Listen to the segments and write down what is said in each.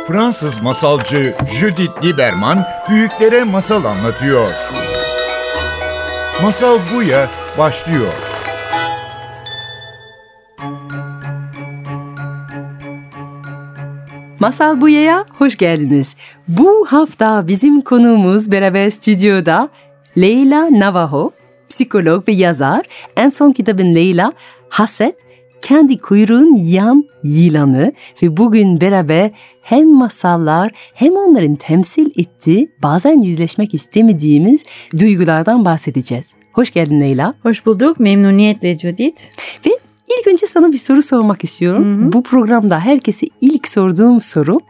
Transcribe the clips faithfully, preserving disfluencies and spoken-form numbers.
Fransız masalcı Judith Lieberman büyüklere masal anlatıyor. Masal Buya başlıyor. Masal Buya'ya hoş geldiniz. Bu hafta bizim konuğumuz beraber stüdyoda Leyla Navajo, psikolog ve yazar. En son kitabın Leyla, Haset, kendi kuyruğun yan yılanı ve bugün beraber hem masallar hem onların temsil ettiği bazen yüzleşmek istemediğimiz duygulardan bahsedeceğiz. Hoş geldin Leyla. Hoş bulduk. Memnuniyetle Judith. Ve ilk önce sana bir soru sormak istiyorum. Hı hı. Bu programda herkese ilk sorduğum soru,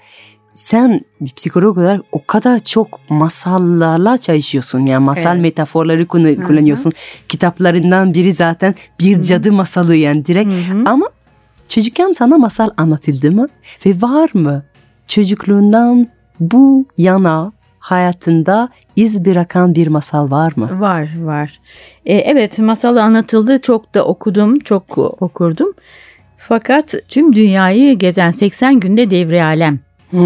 sen bir psikolog olarak o kadar çok masallarla çalışıyorsun. Yani masal evet. metaforları kullanıyorsun. Hı hı. Kitaplarından biri zaten bir hı hı. cadı masalı yani direkt. Hı hı. Ama çocukken sana masal anlatıldı mı? Ve var mı çocukluğundan bu yana hayatında iz bırakan bir masal var mı? Var, var. Ee, evet, masal anlatıldı. Çok da okudum, çok okurdum. Fakat tüm dünyayı gezen seksen günde devri alem.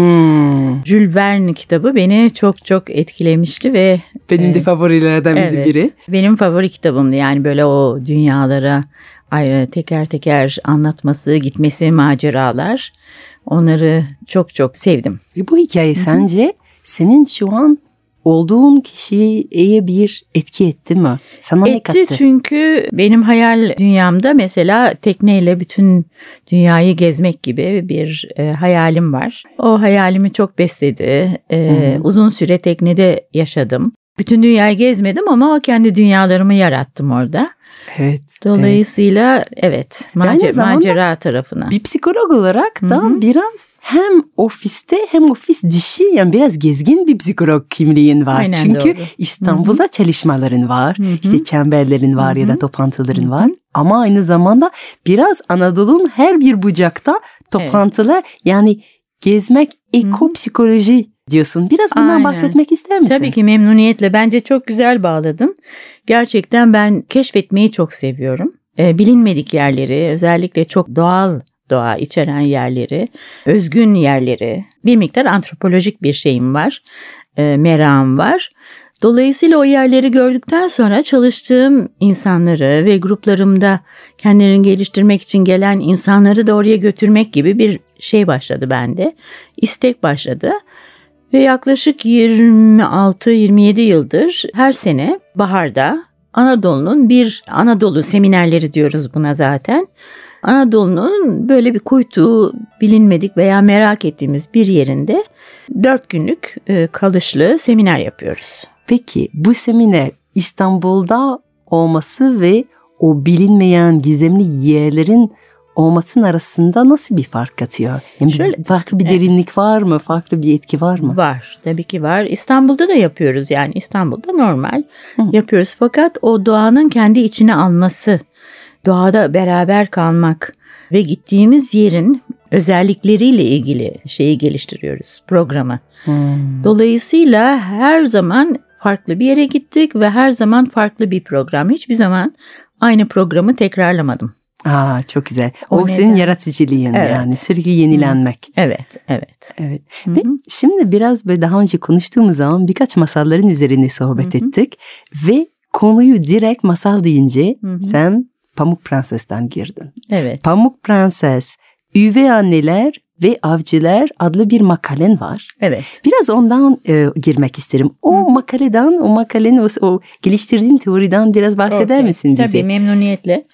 Hmm. Jules Verne kitabı beni çok çok etkilemişti ve benim e, de favorilerden evet, biri. Benim favori kitabımdı. Yani böyle o dünyalara ayrı teker teker anlatması, gitmesi, maceralar. Onları çok çok sevdim. Ve bu hikaye sence senin şu an olduğun kişiye bir etki etti mi? Sana etti ne kattı? Etti çünkü benim hayal dünyamda mesela tekneyle bütün dünyayı gezmek gibi bir e, hayalim var. O hayalimi çok besledi. E, uzun süre teknede yaşadım. Bütün dünyayı gezmedim ama kendi dünyalarımı yarattım orada. Evet. Dolayısıyla evet, evet macer- macera tarafına. Bir psikolog olarak da Hı-hı. biraz hem ofiste hem ofis dışı yani biraz gezgin bir psikolog kimliğin var. Aynen Çünkü doğru. İstanbul'da Hı-hı. çalışmaların var, Hı-hı. işte çemberlerin var Hı-hı. ya da toplantıların Hı-hı. var. Ama aynı zamanda biraz Anadolu'nun her bir bucakta toplantılar evet. yani gezmek ekopsikoloji diyorsun. Biraz bundan Aynen. bahsetmek ister misin? Tabii ki memnuniyetle. Bence çok güzel bağladın. Gerçekten ben keşfetmeyi çok seviyorum. Ee, bilinmedik yerleri, özellikle çok doğal doğa içeren yerleri, özgün yerleri, bir miktar antropolojik bir şeyim var, e, merakım var. Dolayısıyla o yerleri gördükten sonra çalıştığım insanları ve gruplarımda kendilerini geliştirmek için gelen insanları da oraya götürmek gibi bir şey başladı bende. İstek başladı. Ve yaklaşık yirmi altı yirmi yedi yıldır her sene baharda Anadolu'nun bir Anadolu seminerleri diyoruz buna zaten. Anadolu'nun böyle bir kuytu bilinmedik veya merak ettiğimiz bir yerinde dört günlük kalışlı seminer yapıyoruz. Peki bu seminer İstanbul'da olması ve o bilinmeyen gizemli yerlerin olmasının arasında nasıl bir fark atıyor? Yani Şöyle, farklı bir derinlik evet. var mı? Farklı bir etki var mı? Var. Tabii ki var. İstanbul'da da yapıyoruz. Yani İstanbul'da normal Hı. yapıyoruz. Fakat o doğanın kendi içine alması, doğada beraber kalmak ve gittiğimiz yerin özellikleriyle ilgili şeyi geliştiriyoruz, programı. Hmm. Dolayısıyla her zaman farklı bir yere gittik ve her zaman farklı bir program. Hiçbir zaman aynı programı tekrarlamadım. Aa, çok güzel. O, o senin yaratıcılığın evet. yani sürekli yenilenmek. Evet, evet. Evet. Hı-hı. Ve şimdi biraz böyle daha önce konuştuğumuz zaman birkaç masalların üzerine sohbet Hı-hı. ettik ve konuyu direkt masal deyince Hı-hı. sen Pamuk Prenses'ten girdin. Evet. Pamuk Prenses, Üvey Anneler ve Avcılar adlı bir makalen var. Evet. Biraz ondan e, girmek isterim. O Hı. makaleden, o makalenin o, o geliştirdiğin teoriden biraz bahseder okay. misin bize? Tabii memnuniyetle.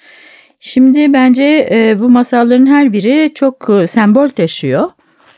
Şimdi bence e, bu masalların her biri çok e, sembol taşıyor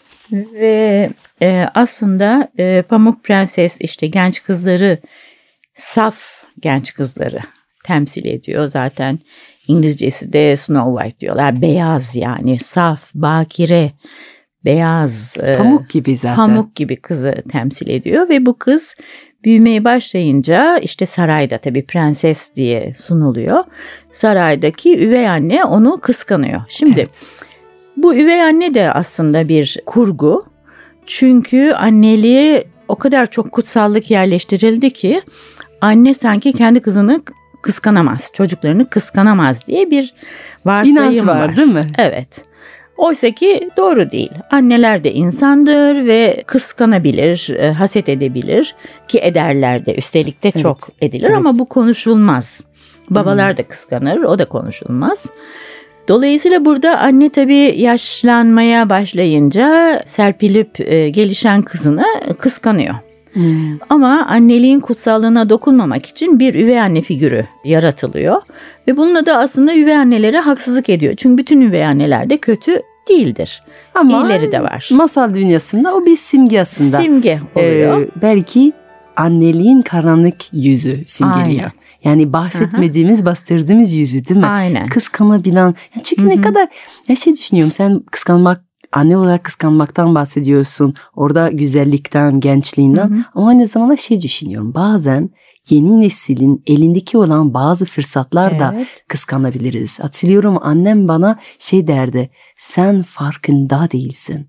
ve e, aslında e, Pamuk Prenses işte genç kızları, saf genç kızları temsil ediyor. Zaten İngilizcesi de Snow White diyorlar. Beyaz yani saf, bakire, beyaz. Pamuk gibi zaten. Pamuk gibi kızı temsil ediyor ve bu kız büyümeye başlayınca işte sarayda tabii prenses diye sunuluyor. Saraydaki üvey anne onu kıskanıyor. Şimdi evet. bu üvey anne de aslında bir kurgu. Çünkü anneliğe o kadar çok kutsallık yerleştirildi ki anne sanki kendi kızını kıskanamaz, çocuklarını kıskanamaz diye bir varsayım İnanç var, var değil mi? Evet. Oysa ki doğru değil. Anneler de insandır ve kıskanabilir, e, haset edebilir ki ederler de. Üstelik de Evet. çok edilir Evet. ama bu konuşulmaz. Babalar da kıskanır, o da konuşulmaz. Dolayısıyla burada anne tabii yaşlanmaya başlayınca serpilip e, gelişen kızını kıskanıyor. Hmm. Ama anneliğin kutsallığına dokunmamak için bir üvey anne figürü yaratılıyor. Ve bununla da aslında üvey annelere haksızlık ediyor. Çünkü bütün üvey anneler de kötü değildir. Ama İyileri de var. masal dünyasında o bir simge aslında. Simge oluyor. Ee, belki anneliğin karanlık yüzü simgeliyor. Aynen. Yani bahsetmediğimiz, bastırdığımız yüzü değil mi? Aynen. Kıskanabilen. Ya çünkü Hı ne hı. kadar ya şey düşünüyorum, sen kıskanmak, anne olarak kıskanmaktan bahsediyorsun. Orada güzellikten, gençliğinden. Hı hı. Ama aynı zamanda şey düşünüyorum. Bazen yeni neslin elindeki olan bazı fırsatlar da Evet. kıskanabiliriz. Hatırlıyorum, annem bana şey derdi. Sen farkında değilsin.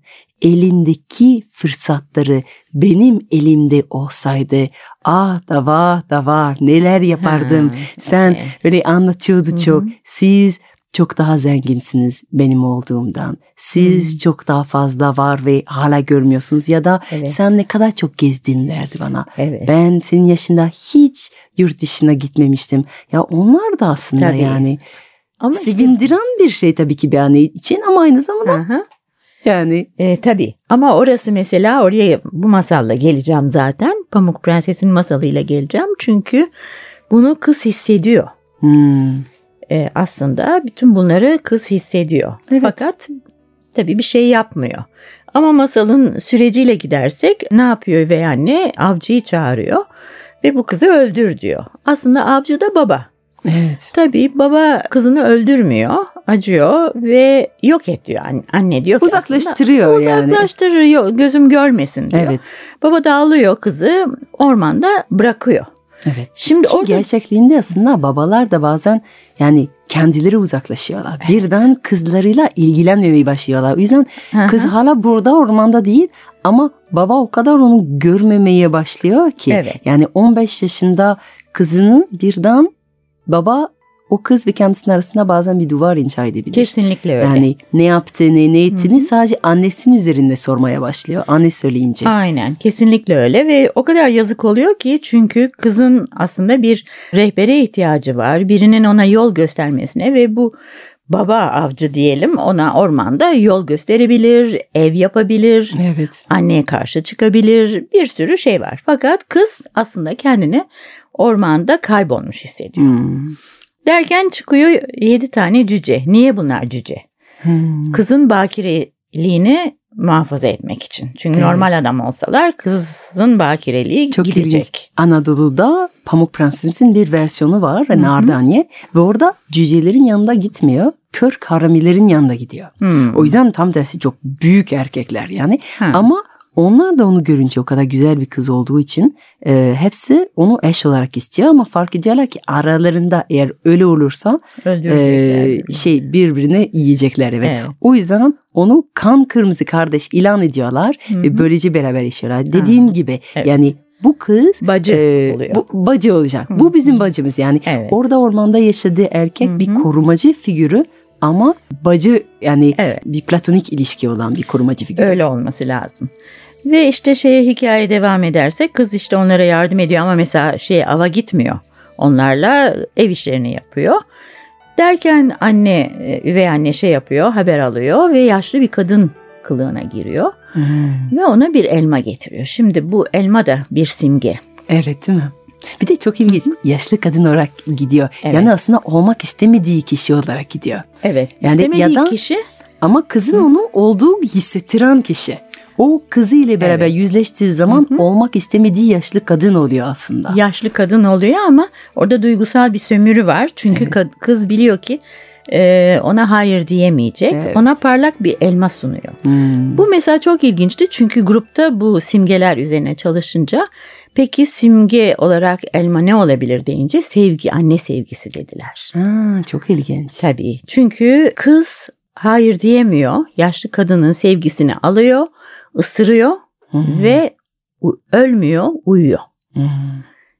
Elindeki fırsatları benim elimde olsaydı, ah da var da var neler yapardım. Ha, Sen evet. böyle anlatıyordu Hı hı. çok. Siz çok daha zenginsiniz benim olduğumdan. Siz Hı. çok daha fazla var ve hala görmüyorsunuz. Ya da Evet. sen ne kadar çok gezdin derdi bana. Evet. Ben senin yaşında hiç yurt dışına gitmemiştim. Ya onlar da aslında Tabii. yani Ama işte- sevindiren bir şey tabii ki bir anne için, ama aynı zamanda Hı hı. yani E, tabii ama orası mesela, oraya bu masalla geleceğim zaten. Pamuk Prenses'in masalıyla geleceğim. Çünkü bunu kız hissediyor. hmm, E, aslında bütün bunları kız hissediyor. Evet. Fakat tabii bir şey yapmıyor. Ama masalın süreciyle gidersek ne yapıyor üvey anne? Avcıyı çağırıyor ve bu kızı öldür diyor. Aslında avcı da baba. evet. Tabii baba kızını öldürmüyor, acıyor ve yok ediyor. Anne, anne diyor ki Uzaklaştırıyor aslında, yani. uzaklaştırıyor, gözüm görmesin diyor. Evet. Baba da alıyor kızı, ormanda bırakıyor. Evet. Şimdi Ki orada gerçekliğinde aslında babalar da bazen yani kendileri uzaklaşıyorlar. Evet. Birden kızlarıyla ilgilenmemeye başlıyorlar. O yüzden Hı hı. kız hala burada, ormanda değil, ama baba o kadar onu görmemeye başlıyor ki. Evet. Yani on beş yaşında kızını birden baba, o kız ve kendisinin arasında bazen bir duvar inşa edebilir. kesinlikle öyle. Yani ne yaptığını, ne ettiğini Hı hı. sadece annesinin üzerinde sormaya başlıyor. Anne söyleyince. Aynen, kesinlikle öyle ve o kadar yazık oluyor ki, çünkü kızın aslında bir rehbere ihtiyacı var. Birinin ona yol göstermesine ve bu baba avcı diyelim, ona ormanda yol gösterebilir, ev yapabilir, Evet. anneye karşı çıkabilir, bir sürü şey var. Fakat kız aslında kendini ormanda kaybolmuş hissediyor. Hmm. Derken çıkıyor yedi tane cüce. Niye bunlar cüce? Hmm. Kızın bakireliğini muhafaza etmek için. Çünkü Evet. normal adam olsalar kızın bakireliği Çok gidecek. ilginç. Anadolu'da Pamuk Prenses'in bir versiyonu var, Hı hı. Nardaniye, ve orada cücelerin yanında gitmiyor, kör haramilerin yanında gidiyor. Hmm. O yüzden tam tersi çok büyük erkekler yani. Ha. Ama onlar da onu görünce, o kadar güzel bir kız olduğu için e, hepsi onu eş olarak istiyor, ama fark ediyorlar ki aralarında eğer öyle olursa Öldürecekler. e, şey birbirini yiyecekler, evet. Evet. O yüzden onu kan kırmızı kardeş ilan ediyorlar Hı ve hı. böylece beraber yaşıyorlar. Dediğin gibi Evet. yani bu kız Bacı e, oluyor. bu bacı olacak. Hı Bu bizim hı. bacımız yani. Evet. Orada ormanda yaşadığı erkek Hı bir hı. korumacı figürü, ama bacı yani Evet. bir platonik ilişki olan bir korumacı figürü. Öyle olması lazım. Ve işte şeye hikaye devam edersek, kız işte onlara yardım ediyor ama mesela şey ava gitmiyor. Onlarla ev işlerini yapıyor. Derken anne, üvey anne şey yapıyor, haber alıyor ve yaşlı bir kadın kılığına giriyor. Hmm. Ve ona bir elma getiriyor. Şimdi bu elma da bir simge. Evet, değil mi? Bir de çok ilginç, yaşlı kadın olarak gidiyor. Evet. Yani aslında olmak istemediği kişi olarak gidiyor. Evet. Yani İstemediği ya da- kişi Ama kızın onu olduğu hissettiren kişi. O kızı ile beraber Evet. yüzleştiği zaman Hı hı. olmak istemediği yaşlı kadın oluyor aslında. yaşlı kadın oluyor ama orada duygusal bir sömürü var. Çünkü Evet. kad- kız biliyor ki e, ona hayır diyemeyecek. Evet. Ona parlak bir elma sunuyor. Hmm. Bu mesela çok ilginçti, çünkü grupta bu simgeler üzerine çalışınca, peki simge olarak elma ne olabilir deyince sevgi, anne sevgisi dediler. Aa, çok ilginç. Tabii, çünkü kız hayır diyemiyor, yaşlı kadının sevgisini alıyor, ısırıyor Hmm. ve u- ölmüyor, uyuyor. Hmm.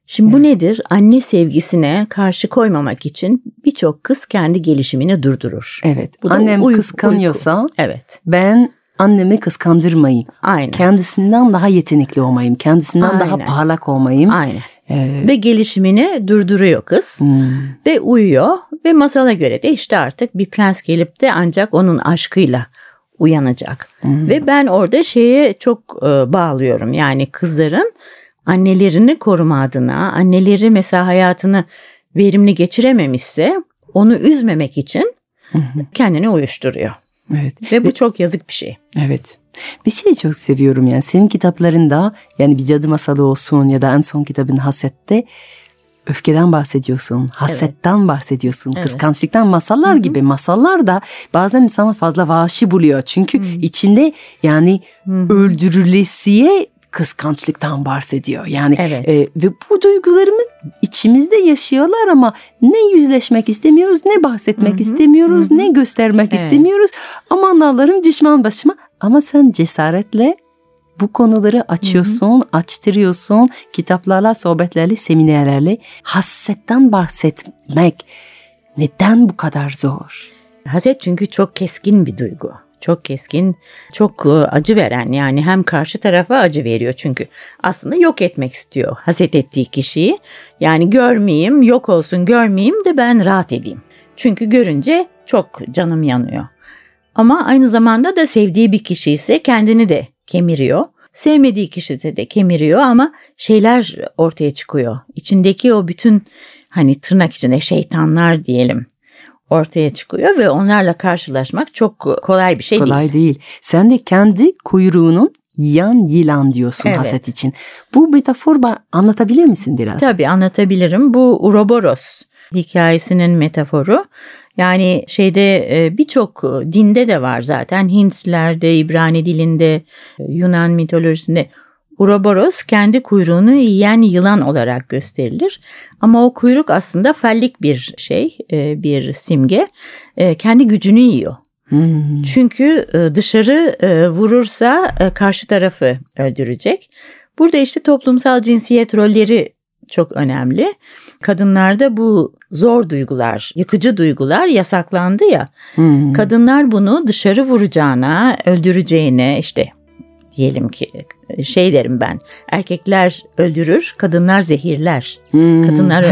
Şimdi bu nedir? Anne sevgisine karşı koymamak için birçok kız kendi gelişimini durdurur. Evet. Bu da Annem uyku- kıskanıyorsa uyku. Evet. ben annemi kıskandırmayayım. Aynen. Kendisinden daha yetenekli olmayayım. Kendisinden daha Aynen. parlak olmayayım. Aynen. Ee, Ve gelişimini durduruyor kız. hmm, Ve uyuyor ve masala göre de işte artık bir prens gelip de ancak onun aşkıyla uyanacak. hmm. Ve ben orada şeye çok e, bağlıyorum. Yani kızların annelerini koruma adına, anneleri mesela hayatını verimli geçirememişse onu üzmemek için Hı hı. kendini uyuşturuyor. Evet. Ve bu çok yazık bir şey. Evet. Bir şey çok seviyorum yani senin kitaplarında yani bir cadı masalı olsun ya da en son kitabın Haset'te öfkeden bahsediyorsun, hasetten bahsediyorsun, Evet. kıskançlıktan masallar Hı hı. gibi masallar da bazen insana fazla vahşi buluyor. Çünkü Hı. içinde yani Hı hı. öldürülesiye kıskançlıktan bahsediyor. Yani Evet. e, ve bu duygularımı içimizde yaşıyorlar ama ne yüzleşmek istemiyoruz, ne bahsetmek Hı hı. istemiyoruz, Hı hı. ne göstermek Evet. istemiyoruz. Aman Allah'ım düşman başıma. Ama sen cesaretle bu konuları açıyorsun, açtırıyorsun. Kitaplarla, sohbetlerle, seminerlerle hasetten bahsetmek neden bu kadar zor? Haset çünkü çok keskin bir duygu. Çok keskin, çok e, acı veren, yani hem karşı tarafa acı veriyor çünkü aslında yok etmek istiyor haset ettiği kişiyi. Yani görmeyeyim, yok olsun, görmeyeyim de ben rahat edeyim. Çünkü görünce çok canım yanıyor. Ama aynı zamanda da sevdiği bir kişi ise kendini de kemiriyor. Sevmediği kişi ise de kemiriyor ama şeyler ortaya çıkıyor. İçindeki o bütün hani tırnak içinde şeytanlar diyelim ortaya çıkıyor ve onlarla karşılaşmak çok kolay bir şey değil. Kolay değil. Sen de kendi kuyruğunun yan yılan diyorsun Evet. haset için. Bu metafor ba- anlatabilir misin biraz? Tabii anlatabilirim. Bu Ouroboros hikayesinin metaforu. Yani şeyde e, birçok dinde de var zaten. Hintlerde, İbrani dilinde, Yunan mitolojisinde Ouroboros kendi kuyruğunu yiyen yılan olarak gösterilir. Ama o kuyruk aslında fellik bir şey, e, bir simge. E, Kendi gücünü yiyor. Hmm. Çünkü e, dışarı e, vurursa e, karşı tarafı öldürecek. Burada işte toplumsal cinsiyet rolleri çok önemli. Kadınlarda bu zor duygular, yıkıcı duygular yasaklandı ya. Hmm. Kadınlar bunu dışarı vuracağına, öldüreceğine işte diyelim ki şey derim ben. Erkekler öldürür, kadınlar zehirler. Hmm. Kadınlar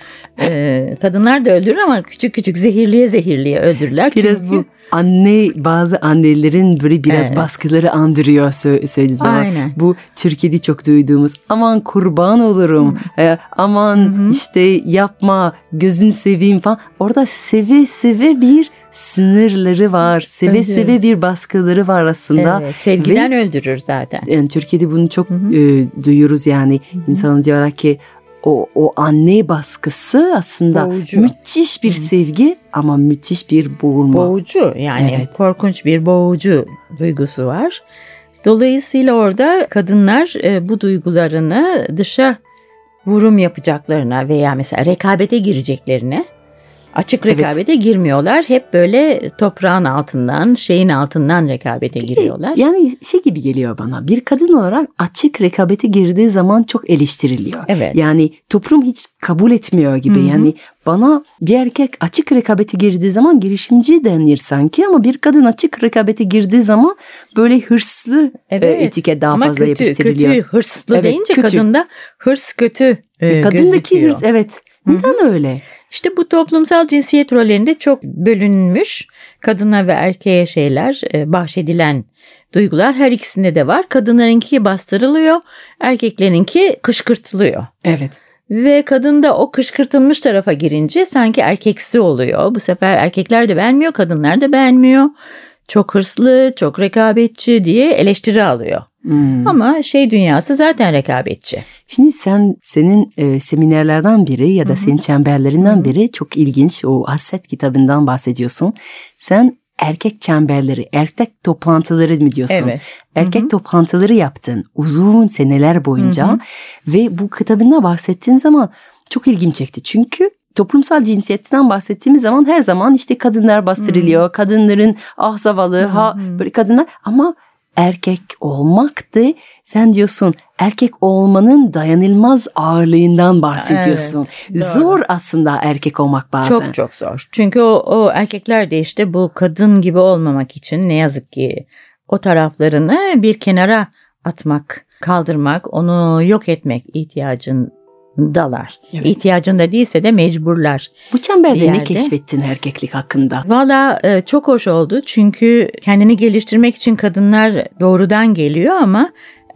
e, kadınlar da öldürür ama küçük küçük zehirliye zehirliye öldürürler. Biraz Çünkü, bu anne bazı annelerin böyle biraz Evet. baskıları andırıyor sö- söylediği zaman. Aynen. Bu Türkiye'de çok duyduğumuz aman kurban olurum, e, aman Hı hı. işte yapma gözün seveyim falan. Orada seve seve bir sınırları var, seve Evet. seve bir baskıları var aslında. evet, sevgiden öldürür zaten. Yani Türkiye'de bunu çok Hı hı. e, duyuyoruz yani. İnsanlar diyorlar ki o, o anne baskısı aslında Boğucu. müthiş bir Hı. sevgi ama müthiş bir boğulma. Boğucu, yani Evet. korkunç bir boğucu duygusu var. Dolayısıyla orada kadınlar e, bu duygularını dışa vurum yapacaklarına veya mesela rekabete gireceklerine, açık Evet. rekabete girmiyorlar. Hep böyle toprağın altından, şeyin altından rekabete giriyorlar. Yani şey gibi geliyor bana, bir kadın olarak açık rekabete girdiği zaman çok eleştiriliyor. Evet. Yani toplum hiç kabul etmiyor gibi. Hı hı. Yani bana bir erkek açık rekabete girdiği zaman girişimci denir sanki ama bir kadın açık rekabete girdiği zaman böyle hırslı Evet. e, etiket daha Ama fazla kötü, yapıştırılıyor. kötü, hırslı Evet, deyince kötü. kadında hırs kötü e, Kadındaki gözüküyor. hırs, evet. Neden öyle? İşte bu toplumsal cinsiyet rollerinde çok bölünmüş, kadına ve erkeğe şeyler e, bahşedilen duygular her ikisinde de var. Kadınlarınki bastırılıyor, erkeklerinki kışkırtılıyor. Evet. Ve kadın da o kışkırtılmış tarafa girince sanki erkeksi oluyor. Bu sefer erkekler de beğenmiyor, kadınlar da beğenmiyor. Çok hırslı, çok rekabetçi diye eleştiri alıyor. Hmm. Ama şey dünyası zaten rekabetçi. Şimdi sen senin e, seminerlerden biri ya da Hı hı. senin çemberlerinden Hı hı. biri çok ilginç, o Haset kitabından bahsediyorsun. Sen erkek çemberleri, erkek toplantıları mı diyorsun? Evet. Erkek Hı hı. toplantıları yaptın uzun seneler boyunca Hı hı. ve bu kitabında bahsettiğin zaman çok ilgimi çekti. Çünkü toplumsal cinsiyetten bahsettiğimiz zaman her zaman işte kadınlar bastırılıyor, kadınların ah zavallı, ha Hı hı. böyle kadınlar ama erkek olmaktı. Sen diyorsun erkek olmanın dayanılmaz ağırlığından bahsediyorsun. Evet, zor aslında erkek olmak bazen. Çok çok zor. Çünkü o, o erkekler de işte bu kadın gibi olmamak için ne yazık ki o taraflarını bir kenara atmak, kaldırmak, onu yok etmek ihtiyacındalar. Evet. İhtiyacında değilse de mecburlar. Bu çemberde bir ne yerde. keşfettin erkeklik hakkında? Valla e, çok hoş oldu çünkü kendini geliştirmek için kadınlar doğrudan geliyor ama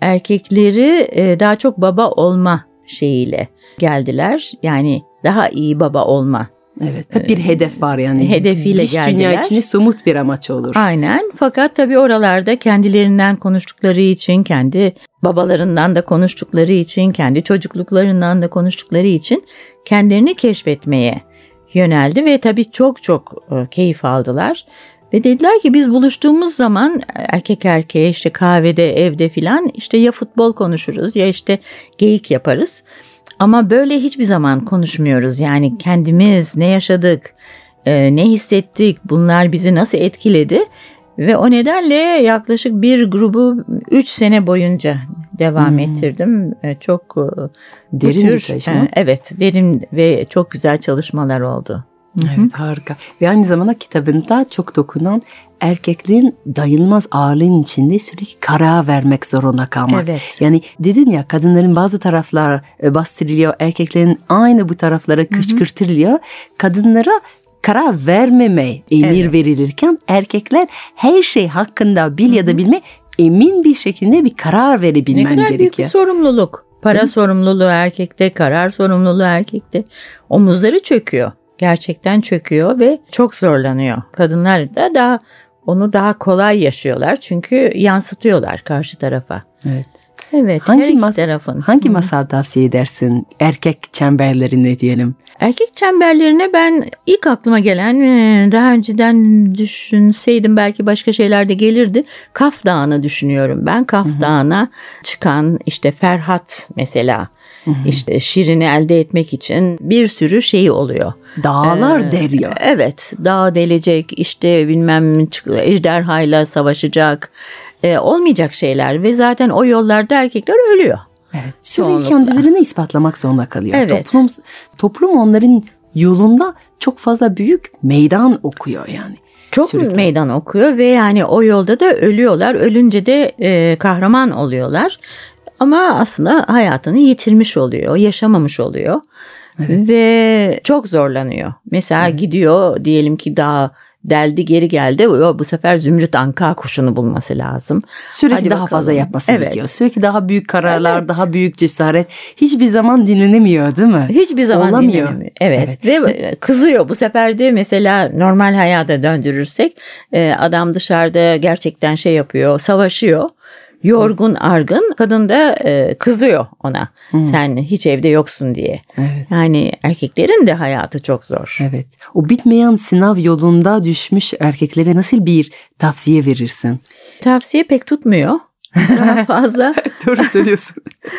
erkekleri e, daha çok baba olma şeyiyle geldiler. Yani daha iyi baba olma. Evet. Hep bir hedef var yani. Hedefiyle Dış geldiler. dünya içinde somut bir amaç olur. Aynen. Fakat tabii oralarda kendilerinden konuştukları için, kendi babalarından da konuştukları için, kendi çocukluklarından da konuştukları için kendilerini keşfetmeye yöneldi ve tabii çok çok e, keyif aldılar. Ve dediler ki biz buluştuğumuz zaman erkek erkeğe işte kahvede, evde filan işte ya futbol konuşuruz ya işte geyik yaparız. Ama böyle hiçbir zaman konuşmuyoruz. Yani kendimiz ne yaşadık, e, ne hissettik, bunlar bizi nasıl etkiledi. Ve o nedenle yaklaşık bir grubu üç sene boyunca devam Hmm. ettirdim. E, çok e, bu Derin tür- bir çalışma. e, Evet, derin ve çok güzel çalışmalar oldu. Hı hı. Evet, harika. Ve aynı zamanda kitabında çok dokunan erkekliğin dayanılmaz ağırlığın içinde sürekli karar vermek zorunda kalmak. Evet. Yani dedin ya kadınların bazı taraflar e, bastırılıyor, erkeklerin aynı bu taraflara kışkırtılıyor. Kadınlara karar vermeme emir Evet. verilirken erkekler her şey hakkında bil ya da bilme emin bir şekilde bir karar Ne verebilmen kadar büyük bir gerekiyor. sorumluluk. Para sorumluluğu erkekte, karar sorumluluğu erkekte. Omuzları çöküyor. Gerçekten çöküyor ve çok zorlanıyor. Kadınlar da daha onu daha kolay yaşıyorlar çünkü yansıtıyorlar karşı tarafa. Evet. Evet, Hangi her iki mas- tarafın. Hangi Hı. masal tavsiye edersin? Erkek çemberlerine diyelim. Erkek çemberlerine ben ilk aklıma gelen e, daha önceden düşünseydim belki başka şeyler de gelirdi. Kaf Dağı'nı düşünüyorum ben. Kaf Dağı'na çıkan işte Ferhat mesela işte Şirin'i elde etmek için bir sürü şey oluyor. Dağlar Ee, deriyor. Evet, dağ delecek işte bilmem çık- ejderhayla savaşacak. Ee, olmayacak şeyler ve zaten o yollarda erkekler ölüyor. Evet. Sürekli Çoğunlukla. kendilerini ispatlamak zorunda kalıyor. Evet. Toplum, toplum onların yolunda çok fazla büyük meydan okuyor yani. Çok Sürekli. meydan okuyor ve yani o yolda da ölüyorlar. Ölünce de e, kahraman oluyorlar. Ama aslında hayatını yitirmiş oluyor, yaşamamış oluyor. Evet. Ve çok zorlanıyor. Mesela gidiyor diyelim ki daha deldi geri geldi. O, bu sefer Zümrüt Anka kuşunu bulması lazım. Sürekli Hadi daha bakalım. fazla yapması Evet. gerekiyor. Sürekli daha büyük kararlar, Evet. daha büyük cesaret. Hiçbir zaman dinlenemiyor değil mi? Hiçbir zaman Olamıyor. dinlenemiyor. Evet. Ve kızıyor. Bu sefer de mesela normal hayata döndürürsek e, adam dışarıda gerçekten şey yapıyor, savaşıyor. Yorgun argın, kadın da e, kızıyor ona. Sen hiç evde yoksun diye. Evet. Yani erkeklerin de hayatı çok zor. Evet. O bitmeyen sınav yolunda düşmüş erkeklere nasıl bir tavsiye verirsin? Tavsiye pek tutmuyor. Daha fazla Doğru söylüyorsun.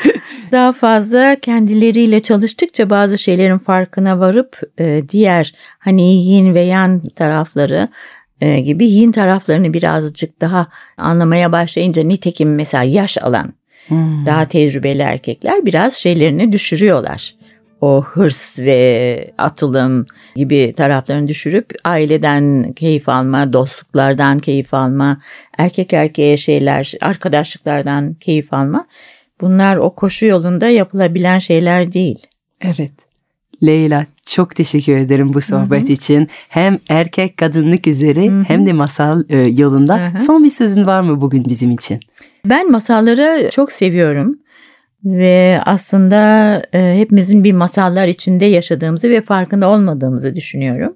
daha fazla kendileriyle çalıştıkça bazı şeylerin farkına varıp e, diğer hani yin ve yang tarafları e, gibi yin taraflarını birazcık daha anlamaya başlayınca nitekim mesela yaş alan Hmm. daha tecrübeli erkekler biraz şeylerini düşürüyorlar. O hırs ve atılım gibi taraflarını düşürüp aileden keyif alma, dostluklardan keyif alma, erkek erkeğe şeyler, arkadaşlıklardan keyif alma. Bunlar o koşu yolunda yapılabilen şeyler değil. Evet. Leyla, çok teşekkür ederim bu sohbet Hı hı. için. Hem erkek kadınlık üzere Hı hı. hem de masal e, yolunda. Hı hı. Son bir sözün var mı bugün bizim için? Ben masalları çok seviyorum ve aslında e, hepimizin bir masallar içinde yaşadığımızı ve farkında olmadığımızı düşünüyorum.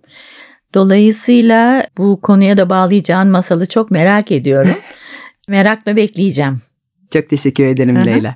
Dolayısıyla bu konuya da bağlayacağın masalı çok merak ediyorum. Merakla bekleyeceğim. Çok teşekkür ederim Hı hı. Leyla.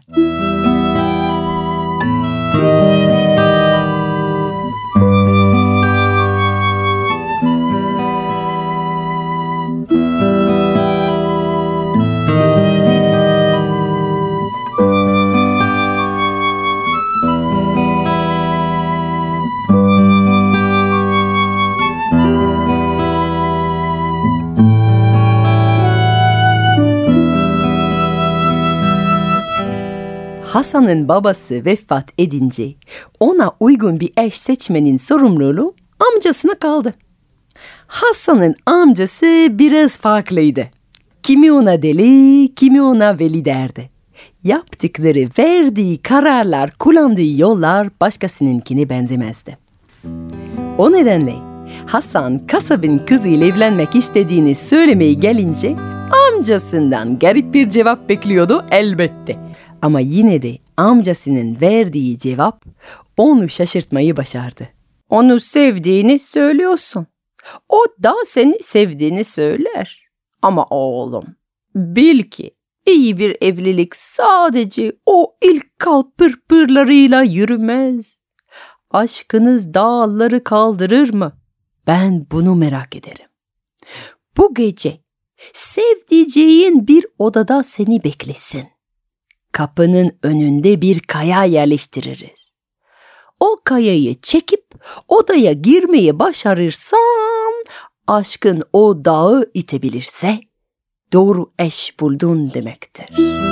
Hasan'ın babası vefat edince ona uygun bir eş seçmenin sorumluluğu amcasına kaldı. Hasan'ın amcası biraz farklıydı. Kimi ona deli, kimi ona veli derdi. Yaptıkları, verdiği kararlar, kullandığı yollar başkasınınkine benzemezdi. O nedenle Hasan kasabın kızıyla evlenmek istediğini söylemeye gelince amcasından garip bir cevap bekliyordu elbette. Ama yine de amcasının verdiği cevap onu şaşırtmayı başardı. Onu sevdiğini söylüyorsun. O da seni sevdiğini söyler. Ama oğlum, bil ki iyi bir evlilik sadece o ilk kalp pırpırlarıyla yürümez. Aşkınız dağları kaldırır mı? Ben bunu merak ederim. Bu gece sevdiceğin bir odada seni beklesin. Kapının önünde bir kaya yerleştiririz. O kayayı çekip odaya girmeyi başarırsan, aşkın o dağı itebilirse doğru eş buldun demektir.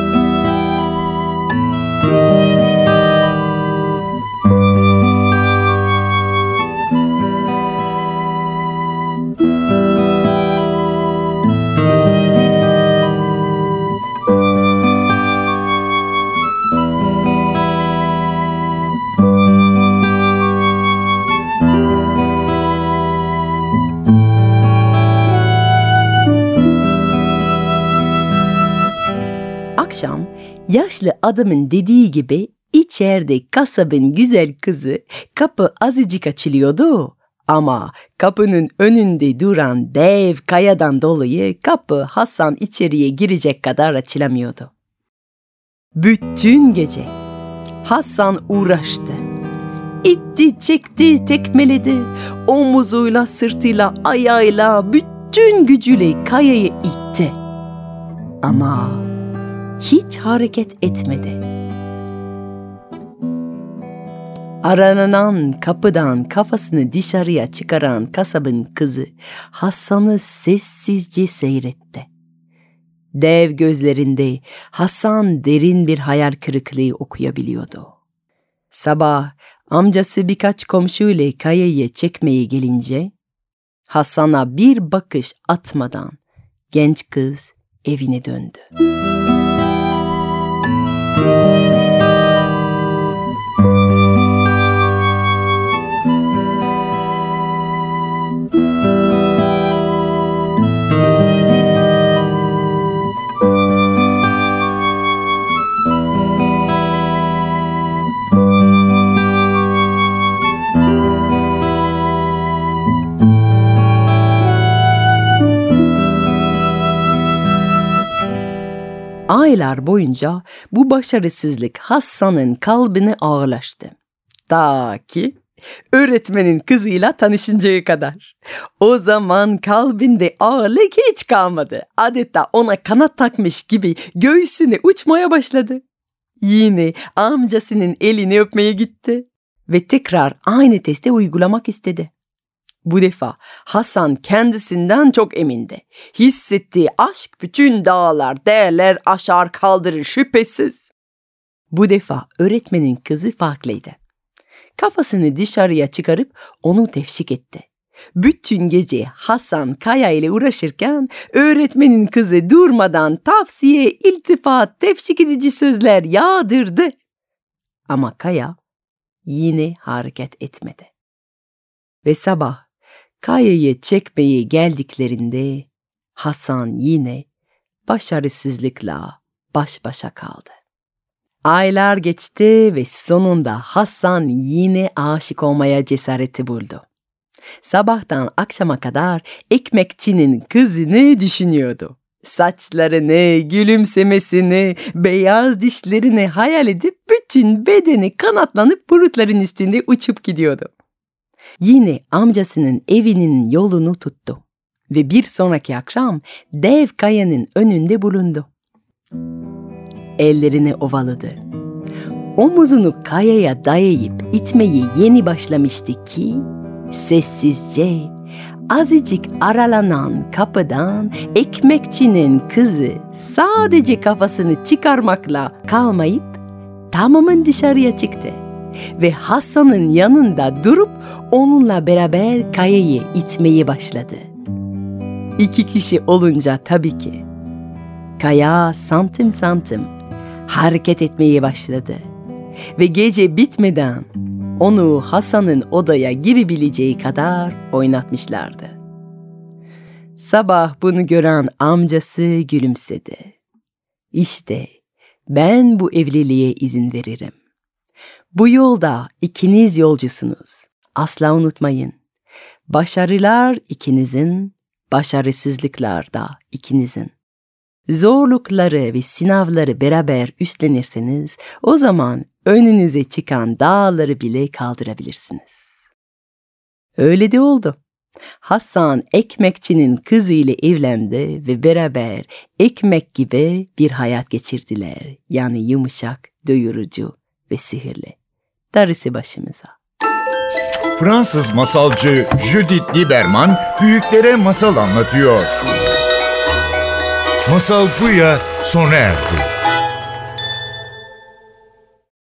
Akşam yaşlı adamın dediği gibi içeride kasabın güzel kızı kapı azıcık açılıyordu. Ama kapının önünde duran dev kayadan dolayı kapı Hasan içeriye girecek kadar açılamıyordu. Bütün gece Hasan uğraştı. İtti, çekti, tekmeledi. Omuzuyla, sırtıyla, ayağıyla, bütün gücüyle kayayı itti. Ama hiç hareket etmedi. Aranan kapıdan kafasını dışarıya çıkaran kasabın kızı Hasan'ı sessizce seyretti. Dev gözlerinde Hasan derin bir hayal kırıklığı okuyabiliyordu. Sabah amcası birkaç komşuyla kayayı çekmeye gelince Hasan'a bir bakış atmadan genç kız evine döndü. Aylar boyunca bu başarısızlık Hasan'ın kalbini ağırlaştı. Ta ki öğretmenin kızıyla tanışıncaya kadar. O zaman kalbinde ağırlık hiç kalmadı. Adeta ona kanat takmış gibi göğsüne uçmaya başladı. Yine amcasının elini öpmeye gitti ve tekrar aynı testi uygulamak istedi. Bu defa Hasan kendisinden çok emindi. Hissettiği aşk bütün dağlar, değerler aşar kaldırır şüphesiz. Bu defa öğretmenin kızı farklıydı. Kafasını dışarıya çıkarıp onu tefşik etti. Bütün gece Hasan Kaya ile uğraşırken öğretmenin kızı durmadan tavsiye, iltifat, tefşik edici sözler yağdırdı. Ama Kaya yine hareket etmedi. Ve sabah Kaya'yı çekmeye geldiklerinde Hasan yine başarısızlıkla baş başa kaldı. Aylar geçti ve sonunda Hasan yine aşık olmaya cesareti buldu. Sabahtan akşama kadar ekmekçinin kızını düşünüyordu. Saçlarını, gülümsemesini, beyaz dişlerini hayal edip bütün bedeni kanatlanıp bulutların üstünde uçup gidiyordu. Yine amcasının evinin yolunu tuttu ve bir sonraki akşam dev kayanın önünde bulundu. Ellerini ovaladı. Omuzunu kayaya dayayıp itmeyi yeni başlamıştı ki sessizce azıcık aralanan kapıdan ekmekçinin kızı sadece kafasını çıkarmakla kalmayıp tamamen dışarıya çıktı ve Hasan'ın yanında durup onunla beraber kayayı itmeye başladı. İki kişi olunca tabii ki kaya santim santim hareket etmeye başladı ve gece bitmeden onu Hasan'ın odaya girebileceği kadar oynatmışlardı. Sabah bunu gören amcası gülümsedi. İşte ben bu evliliğe izin veririm. Bu yolda ikiniz yolcusunuz. Asla unutmayın. Başarılar ikinizin, başarısızlıklar da ikinizin. Zorlukları ve sınavları beraber üstlenirseniz o zaman önünüze çıkan dağları bile kaldırabilirsiniz. Öyle de oldu. Hasan ekmekçinin kızıyla evlendi ve beraber ekmek gibi bir hayat geçirdiler. Yani yumuşak, doyurucu ve sihirli. Darısı başımıza. Fransız masalcı Judith Lieberman büyüklere masal anlatıyor. Masal Buya sona erdi.